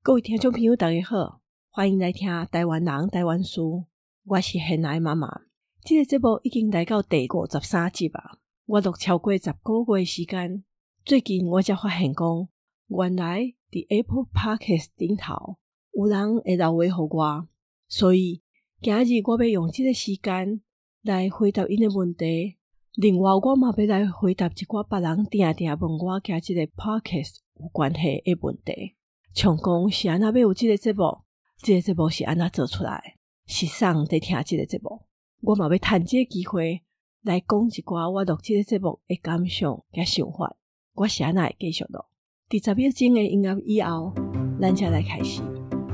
各位听众朋友大家好，欢迎来听台湾人台湾事，我是现来妈妈。这个节目已经来到第53集啊，我录超过10个月时间。最近我才发现讲，原来伫 Apple Podcast 顶头有人会留话给我，所以今日我要用这个时间来回答因的问题。另外我嘛要来回答一寡别人定定问我甲这个 Podcast 有关系的问题，像讲是安怎要有这个节目，这个节目是安怎做出来，是谁在听这个节目。我嘛要趁这个机会来讲一寡我录这个节目的感想甲想法。我是安怎会继续录。伫10秒钟的音乐以后，咱才来开始。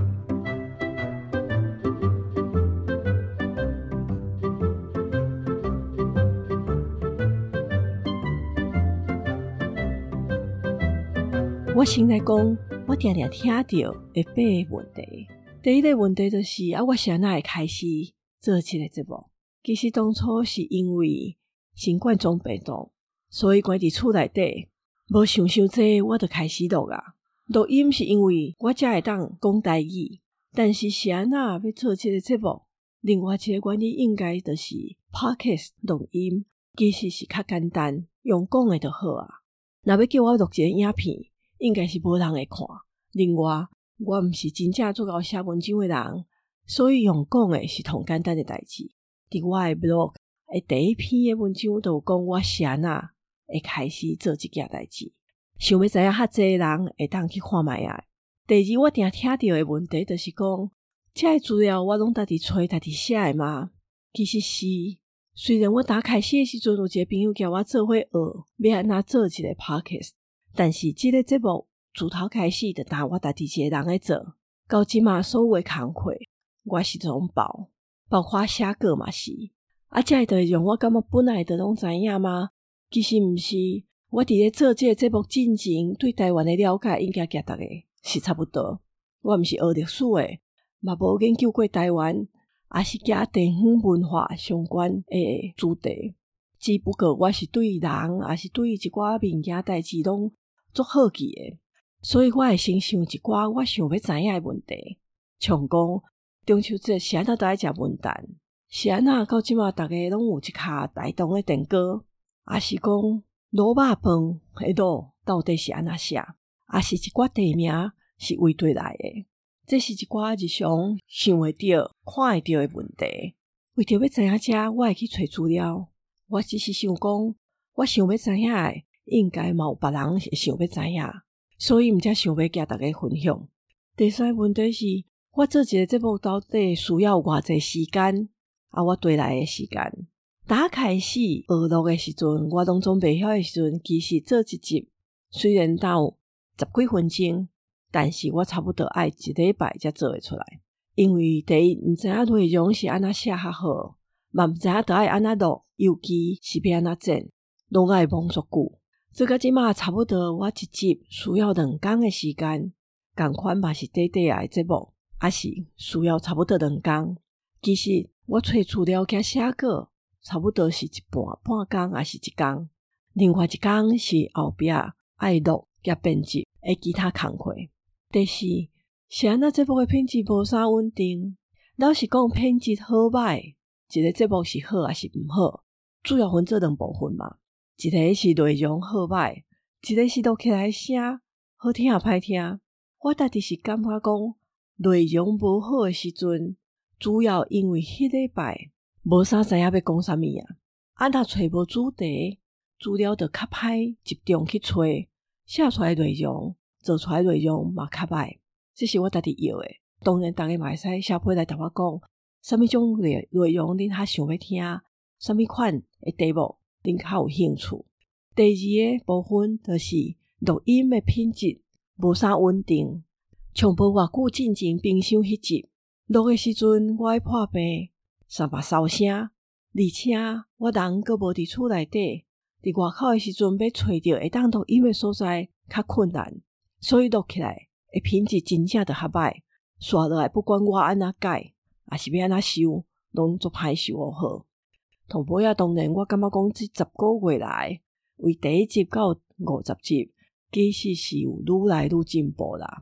我先来讲，我常常听到的8个问题。第一个问题就是我是安怎会开始做这个节目。其实当初是因为新冠状病毒，所以关伫厝内底，无想这我就开始录啊。录音是因为我才会当讲台语，但是安怎要做这个节目，另外一个原因应该就是 Podcast 录音其实是较简单，用讲的就好啊。若要叫我录一个影片，应该是无人会看。另外，我毋是真正做到写文章的人，所以用讲的是同简单的代志。伫我的 blog 的第一篇的文章就有讲我是安怎会开始做这件代志，想要知影较侪人会当去看卖啊。第二，我常听到的问题就是讲，这些资料我拢家己找家己写的嘛。其实是，虽然我打开始的时阵有一个朋友叫我做伙学要安怎做一个 podcast， 但是这个节目自头开始就当我家己一个人在做，到即嘛所有的工课我是拢包括写稿嘛是。这个内容我感觉本来就拢知影吗？其实毋是，我伫咧做这个节目进前对台湾的了解应该甲大家是差不多。我毋是学历史的，嘛无研究过台湾，也是甲地方文化相关的主题。只不过我是对人，也是对一寡物件代志拢足好奇的，所以我会先想一寡我想要知影的问题，像讲中秋节是安怎都爱食文旦，是安怎到即马大家拢有一卡台东的电糕，也是讲卤肉饭迄路到底是安怎写，也是一寡地名是为对来的。这是一寡日常想会到看会到的问题。为着要知影这，我会去找资料。我只是想讲，我想要知影的应该嘛有别人会想要知影，所以毋才想要甲大家分享。第三个问题是，我做一个节目到底需要偌济时间我对来的时间。打开始学录的时阵，我拢总袂晓的时阵，其实做一集虽然有10几分钟，但是我差不多爱一礼拜才做会出来。因为第一毋知影内容是安怎写较好，嘛毋知影就爱安怎录，尤其是要安怎剪，拢爱忙足久。做到即马差不多我一集需要2天的时间，同款嘛是短短的节目，也是需要差不多2天。其实我找资料甲写稿差不多是半天还是1天，另外1天是后壁爱录甲编辑的其他工课。第四，是安怎节目的品质无啥稳定。老实讲，品质好歹，一个节目是好还是毋好，主要分做2部分嘛。一个是内容好歹，一个是录起来声好听也歹听。我家己是感觉讲，内容无好的时阵，主要因为迄礼拜无啥知影要讲啥物啊。若找无主题，资料就较歹集中去找，写出来内容，做出来内容嘛较歹。这是我家己要的。当然，大家嘛会使写批来甲我讲，啥物种内容恁较想要听，啥物款的题目恁较有兴趣。第二个部分就是录音的品质无啥稳定，像无偌久进前冰箱迄集录的时阵，我爱破病，三把烧声，而且我人阁无伫厝内底，伫外口的时阵要找到会当录音的所在较困难，所以录起来的品质真正就较歹，刷落来不管我安怎改，也是要安怎收，拢足歹收好。同尾当然我感觉讲这10个月来，为第1集到50集，其实是有愈来愈进步啦。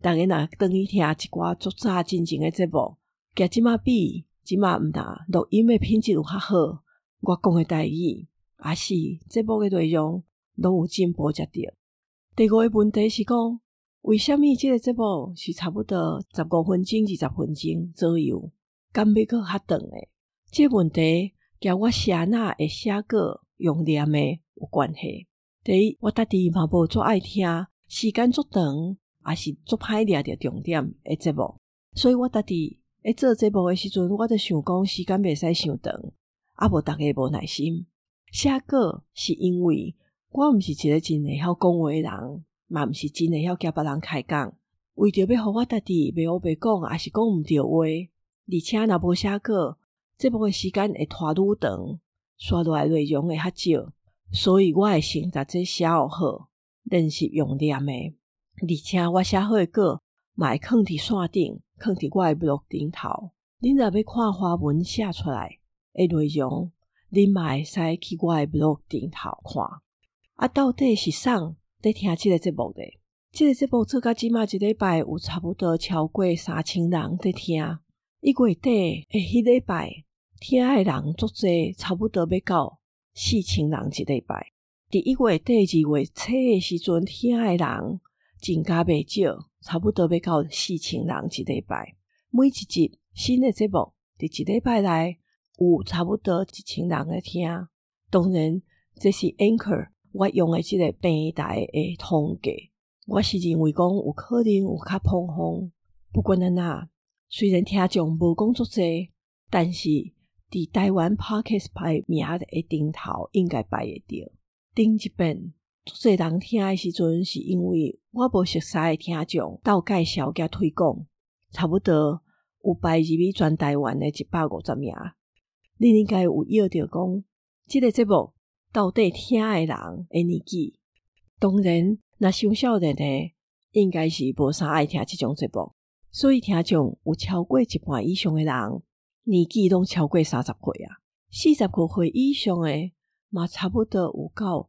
逐个若转去听一寡足早真前的节目，甲即马比即马毋若录音的品质有较好，我讲的台语也是节目的内容拢有进步才对。第五个问题是讲，为什么即个节目是差不多15分钟、20分钟左右，敢要搁较长的？即个问题甲我写哪会写稿用念的有关系。第一，我家己嘛无足爱听时间足长，也是足歹抓着重点的节目，所以我家己在做节目的时阵，我就想讲时间袂使伤长，啊无大家无耐心。写稿是因为我毋是一个真会晓讲话的人，嘛毋是真会晓甲别人开讲，为着要互我家己袂黑白讲，也是讲毋对话，而且若无写稿，节目的时间会拖愈长，刷落来内容会较少，所以我会先把这写好，练习用念的，而且我写好的稿嘛会放伫线顶，放伫我的 blog 顶头。恁若要看花文写出来的内容，恁嘛会使去我的 blog 顶头看。啊，到底是谁在听这个节目的？这个节目做到即马一礼拜有差不多超过3000人在听。1月底的迄礼拜听的人足济，差不多要到4000人一礼拜。伫1月底2月初的时阵，听的人增加袂少，差不多要到4000人一礼拜。每一集新的节目伫一礼拜内有差不多1000人在听。当然，这是 Anchor 我用的这个平台的统计。我是认为讲有可能有较膨风。不管怎样，虽然听众无讲足济，但是伫台湾 Podcast 排名的顶头应该排会到。顶一遍足济人听的时阵，是因为我无熟悉的听众斗介绍甲推广，差不多有排入去全台湾的150名。恁应该有晓着讲，这个节目到底听的人的年纪。当然，若伤少年的，应该是无啥爱听这种节目。所以听众有超过一半以上的人，年纪拢超过30岁啊。45岁以上的嘛，差不多有到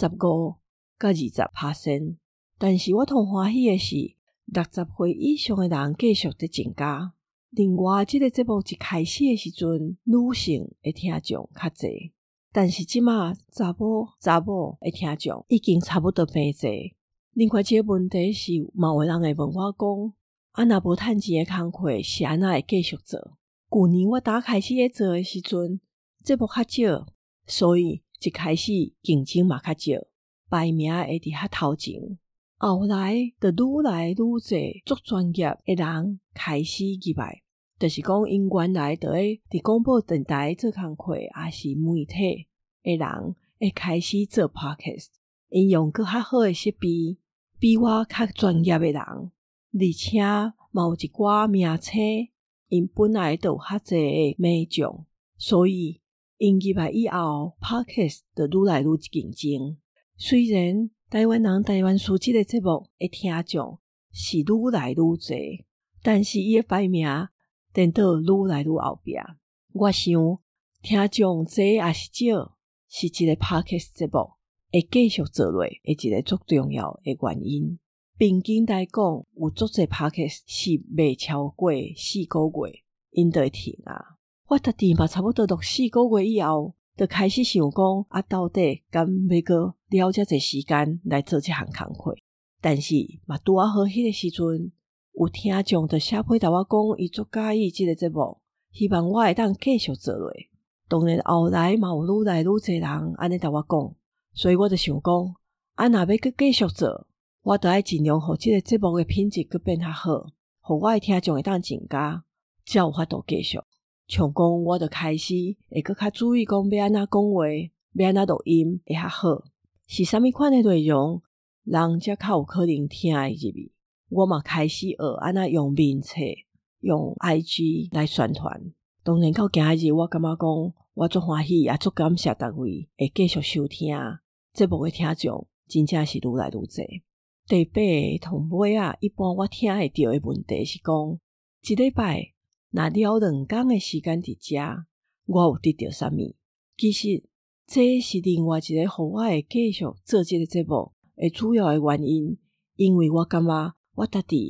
15到20%。但是我同欢喜的是，60岁以上的人继续在增加。另外，这个节目一开始的时阵，女性的听众较侪，但是即马查某的听众已经差不多变侪。另外一个问题是，嘛有人会问我讲，啊若无趁钱的工课是安怎会继续做？旧年我打开始咧做的时阵，节目较少，所以一开始竞争嘛较少，排名会伫较头前。后来就愈来愈侪足专业的人开始入来，就是讲因原来就会伫广播电台做工课，也是媒体的人会开始做 podcast， 因用更较好的设备，比我较专业的人，而且嘛有一寡名册，因本来就有较侪的美奖，所以因入来以后 podcast 就愈来愈竞争。虽然台湾人台湾书这个节目的听众是愈来愈侪，但是伊的排名等到愈来愈后壁。我想听众侪也是少，是一个 podcast 节目会继续做落的一个最重要的原因。平均来讲，有足侪 podcast 是未超过4个月，因就会停啊。我家己嘛差不多录4个月以后，就开始想讲啊，到底敢要搁了遮侪时间来做这项工课？但是嘛拄啊好迄个时阵，有听众就写批甲我讲，伊足介意即个节目，希望我会当继续做落。当然后来嘛有愈来愈侪人安尼甲我讲，所以我就想讲，啊若要搁继续做，我就要尽量互即个节目的品质搁变较好，互我的听众会当增加，才有法度继续。像讲，我就开始会搁较注意讲要安怎讲话，要安怎录音会较好，是啥物款的内容，人才较有可能听会入去。我嘛开始学安怎用面册、用 IG 来宣传。当然到今日，我感觉讲我足欢喜，也足感谢逐位会继续收听节目的听众，真正是愈来愈侪。第8同尾啊，一般我听会到的问题是讲，一礼拜若了2天的时间伫遮，我有得到啥物？其实这是另外一个互我会继续做这个节目的主要的原因，因为我感觉我家己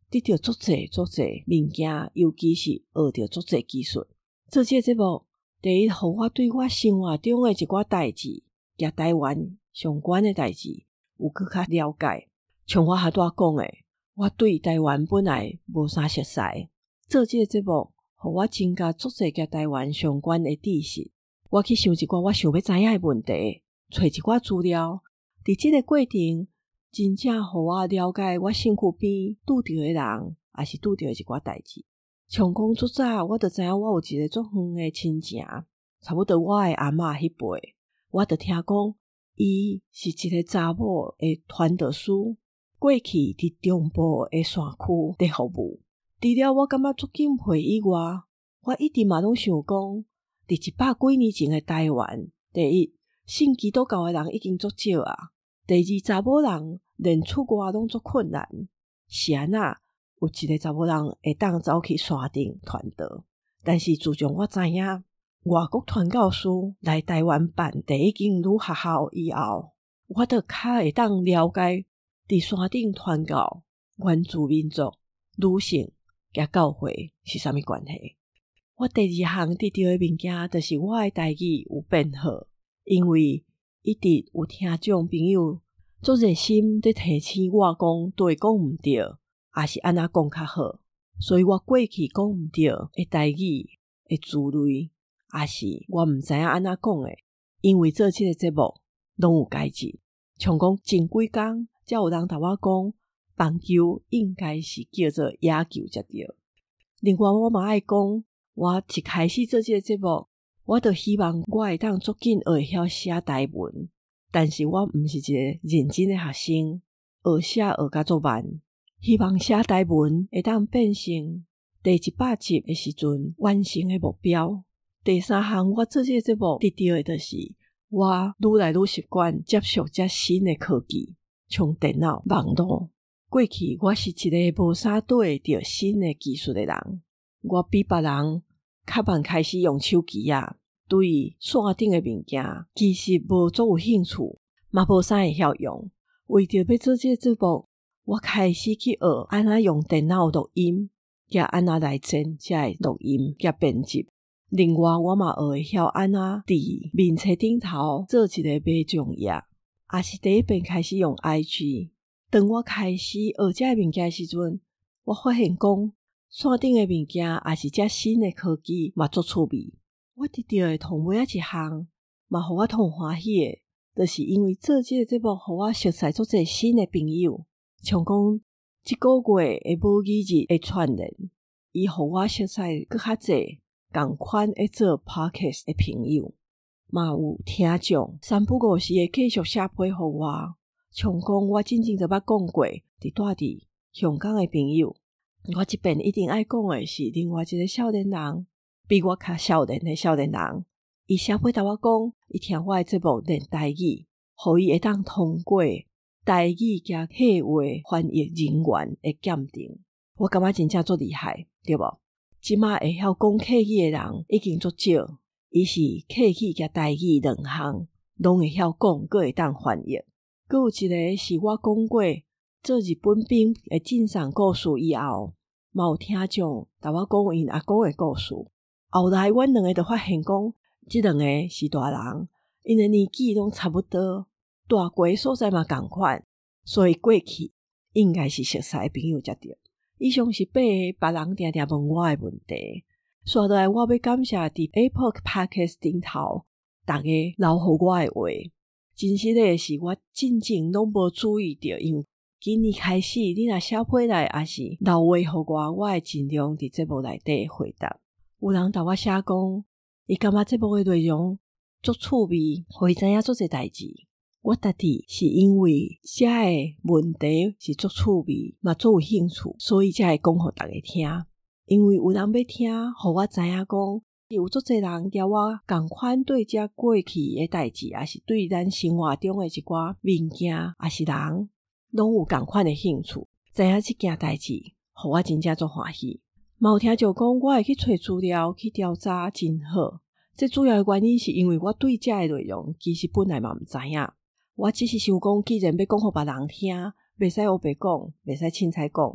得到足侪物件，尤其是学到足侪技术。做这个节目，第一，互我对我生活中的一寡代志，甲台湾相关的代志有更较了解。像我拄仔讲的，我对台湾本来无啥熟悉，做这个节目，互我增加足侪甲台湾相关的知识。我去想一寡我想要知影的问题，找一寡资料。伫这个过程，真正互我了解我身躯边拄着的人，也是拄着的一寡代志。像讲最早，我就知影我有一个足远的亲情，差不多我的阿嬷迄辈，我就听讲，伊是一个查某的传道师，过去伫中部的山区伫服务。除了我感觉足敬佩以外，我一直嘛拢想讲，伫100几年前的台湾，第一，信基督教的人已经足少啊；第二，查某人连出外拢足困难。是安那有一个查某人会当走去山顶传道，但是自从我知影外国传教士来台湾办第一间女学校以后，我就较会当了解伫山顶传教原住民族、女性甲教会是啥物关系。我第二项得到的物件，就是我的台语有变好，因为一直有听众朋友足热心在提醒我讲对讲毋对，也是安那讲较好，所以我过去讲毋对的台语的字类，也是我毋知影安那讲的，因为做这个节目拢有改进。像讲前几工才有人甲我讲棒球应该是叫做野球才对。另外我嘛爱讲，我一开始做这个节目，我就希望我会当足紧学会晓写台文，但是我毋是一个认真的学生，学写学甲足慢，希望写台文会当变成第100集的时阵完成的目标。第三项我做这个节目得到的就是我愈来愈习惯接触这新的科技，像电脑、网络。过去我是一个无啥对着新的技术的人，我比别人较慢开始用手机啊，对于线顶的物件其实无足有兴趣，嘛无啥会晓用。为着要做这个节目，我开始去学安怎用电脑录音，甲安怎来剪这录音甲编辑。另外我嘛学会晓安怎伫面册顶头做一个美妆页，也是第一遍开始用 IG。当我开始学这个物件的时阵，我发现讲山顶的物件也是这新的科技嘛足趣味。我得到的同尾一项嘛互我同欢喜的，就是因为做这个节目互我熟悉足侪新的朋友，像讲这个月的母语日的串联，伊互我熟悉搁较侪同款会做 podcast 的朋友，嘛有听众三不五时会继续写批互我。像讲我真正就捌讲过伫住伫香港的朋友，我这边一定爱讲的是另外一个少年人，比我较少年的少年人，伊写批甲我讲伊听我的节目练台语，互伊会当通过台语甲客话翻译人员的鉴定。我感觉真正足厉害，对无？即马会晓讲客语的人已经足少，伊是客语甲台语两项拢会晓讲，阁会当翻译。阁有一个是我讲过做日本兵的真相故事以后，嘛有听众甲我讲因阿公的故事。后来阮两个就发现讲，即两个是大人，因的年纪拢差不多，大过的所在嘛同款，所以过去应该是熟悉的朋友才对。以上是8个别人定定问我的问题，接下来我要感谢伫 Apple Podcast 顶头大家留互我的话。真实的是我真正拢无注意到，因为今年开始你若写批来也是留话互我会尽量伫节目内底回答。有人甲我写讲伊感觉节目的内容足趣味，互伊知影足侪代志。我答题是因为这个问题是足趣味嘛足有兴趣，所以才会讲互大家听。因为有人要听，互我知影讲有足侪人甲我同款对这过去的代志，也是对咱生活中的一寡物件，也是人拢有同款的兴趣。知影这件代志，互我真正足欢喜。嘛有听就讲我会去找资料去调查，真好。这主要的原因是因为我对这个内容其实本来嘛毋知影，我只是想讲，既然要讲互别人听，袂使黑白讲，袂使凊彩讲，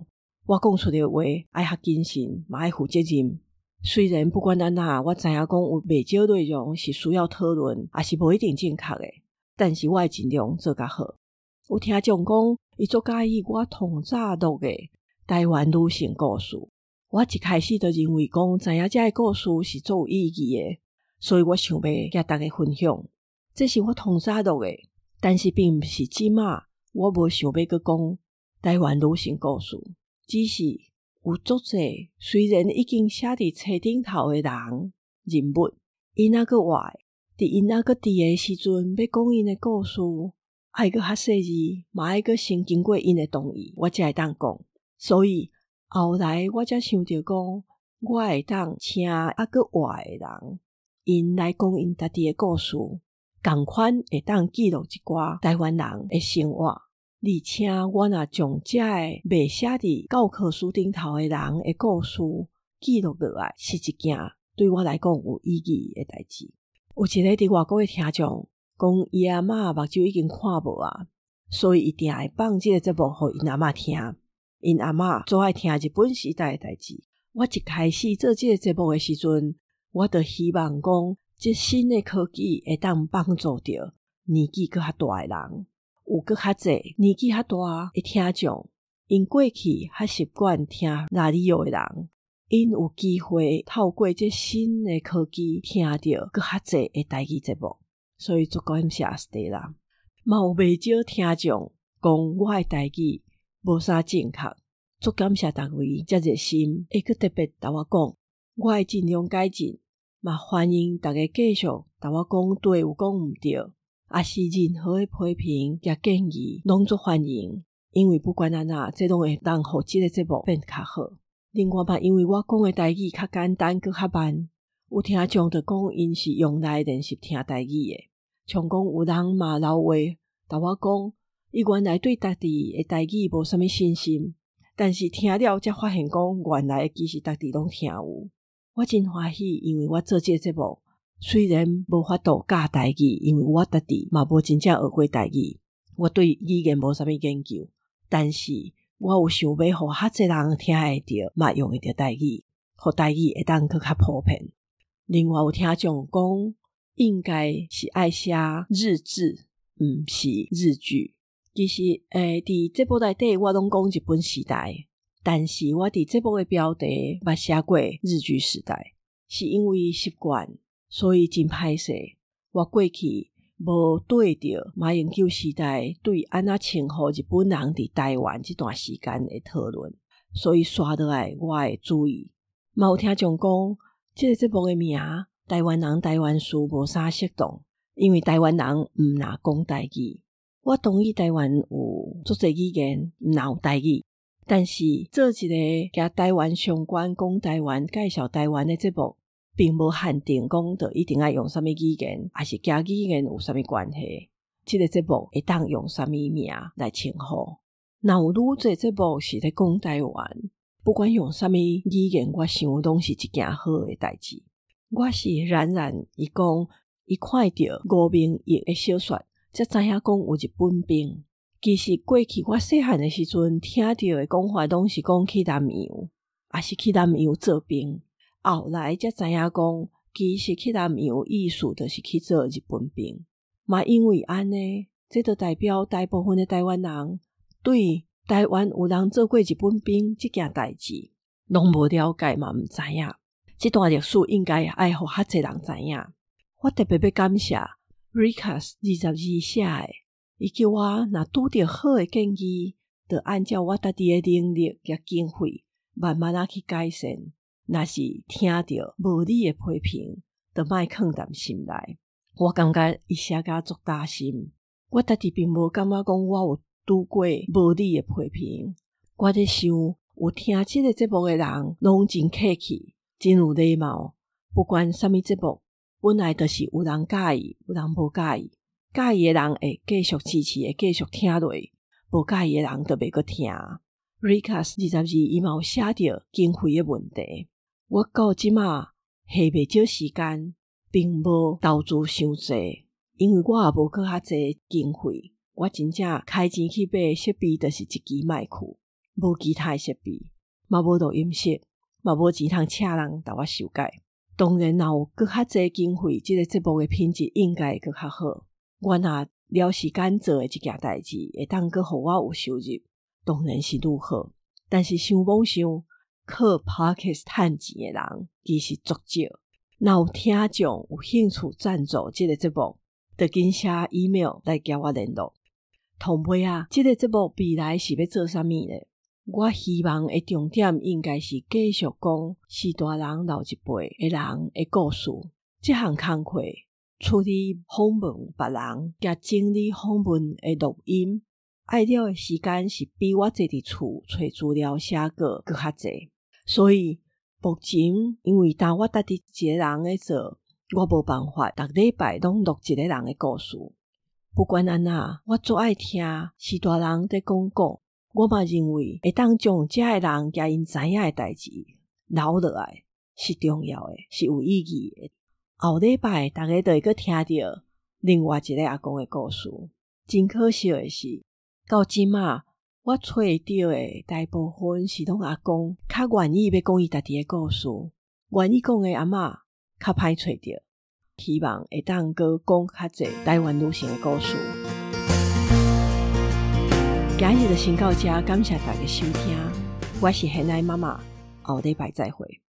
我讲出的话爱较谨慎，嘛爱负责任。虽然不管安怎，我知影讲有袂少内容是需要讨论，也是无一定正确的，但是我会尽量做较好。有听众讲，伊足介意我同早录的台湾女性故事。我一开始就认为讲，知影这个故事是足有意义的，所以我想要甲大家分享。这是我同早录的，但是并不是即马我无想要去讲台湾女性故事，只是有足侪虽然已经写伫册顶头的人物，因还佫活伫因还佫伫的时阵要讲因的故事，爱佫较细致，嘛爱佫先经过因的同意，我才会当讲。所以后来我才想着讲，我会当请还佫活的人，因来讲因家己的故事，同款会当记录一寡台湾人的生活。而且我若将这个未写伫教科书顶头的人的故事记录落来，是一件对我来讲有意义的代志。有一个伫外国的听众讲，伊阿嬷目睭已经看无啊，所以伊定会放这个节目互因阿嬷听。因阿嬷最爱听日本时代的代志。我一开始做这个节目的时阵，我就希望讲，这新的科技会当帮助着年纪搁较大的人。有搁较侪年纪较大的听众，因过去较习惯听拉里奥的人，因有机会透过这新的科技听到搁较侪的台语节目，所以足感谢Stella。嘛有袂少听众讲我的台语无啥正确，足感谢大位遮热心，会搁特别甲我讲，我会尽量改进，嘛欢迎大家继续甲我讲对有讲毋对。也是任何的批评甲建议拢足欢迎，因为不管安怎，这拢会当互这个节目变较好。另外嘛，因为我讲的台语较简单佮较慢，有听众就讲因是用来练习听台语的。像讲有人嘛老话甲我讲，伊原来对家己的台语无啥物信心，但是听了才发现讲，原来其实家己拢听有。我真欢喜，因为我做这个节目。虽然无法度教台语，因为我家己嘛无真正学过台语，我对语言无啥物研究，但是我有想要互较侪人听会到，嘛用会到台语，互台语会当更较普遍。另外有听众讲，应该是爱写日志，毋是日剧。其实伫节目内底我拢讲日本时代，但是我伫节目的标题捌写过日剧时代，是因为习惯。所以真歹势，我过去无对着马英九时代对安怎称呼日本人伫台湾这段时间的讨论，所以刷落来我会注意。嘛有听众讲，这个节目的名台湾人台湾事无啥适当，因为台湾人毋若讲台语。我同意台湾有足侪语言毋若有台语，但是做一个甲台湾相关讲台湾介绍台湾的节目，并无限定讲就一定要用什么语言，还是甲语言有什么关系。这个节目会当用什么名来称呼？若有愈侪节目是咧讲台湾，不管用什么语言，我想拢是一件好的代志。我是冉冉伊讲，伊看到吴明义的小说，才知影讲有日本兵。其实过去我细汉的时阵听到的讲法，拢是讲去南洋，还是去南洋做兵。后来才知影讲，其实去南洋意思就是去做日本兵。嘛因为安尼，这就代表大部分的台湾人对台湾有人做过日本兵这件代志，拢无了解嘛，毋知影。这段历史应该爱互较侪人知影。我特别要感谢 Rikas 22写的，伊叫我若拄着好的建议，就按照我家己的能力甲经费，慢慢去改善。若是听到无理的批评，就莫放淡心内。我感觉伊写甲足大心，我家己并无感觉讲我有拄过无理的批评。我在想，有听这个节目的人，拢真客气，真有礼貌。不管什么节目，本来就是有人介意，有人无介意。介意的人会继续支持，会继续听落；无介意的人就袂搁听。Rikas 22伊嘛有写到经费的问题。我到即马下袂少时间，并无投资伤济，因为我也无搁较济经费。我真正开钱去买设备，就是一支麦克，无其他设备。 嘛无录音室，嘛无钱通请人甲我修改。当然若有搁较济经费，这个节目的品质应该会搁较好。我若了时间做的这件代志，会当搁互我有收入，当然是愈好。但是想妄想靠 Podcast 赚钱的人其实足少。若有听众有兴趣赞助这个节目，就紧写 email 来甲我联络。同尾啊，这个节目未来是要做啥物呢？我希望的重点应该是继续讲四大人老一辈的人的故事。这项工课处理访问别人加整理访问的录音，爱了的时间是比我坐伫厝找资料写稿搁较济。所以目前因为当我搭伫一个人在做，我无办法逐礼拜拢录一个人的故事。不管安怎，我最爱听四大人在讲故。我嘛认为会当将这个人甲因知影的代志留落来是重要的，是有意义的。后礼拜大家就会搁听到另外一个阿公的故事。真可惜的是，到今仔我找到的大部分是拢阿公较愿意要讲伊家己的故事，愿意讲的阿嬷较歹找到。希望会当搁讲较侪台湾女性的故事。今日就先到这，感谢大家收听，我是贤爱妈妈，后礼拜再会。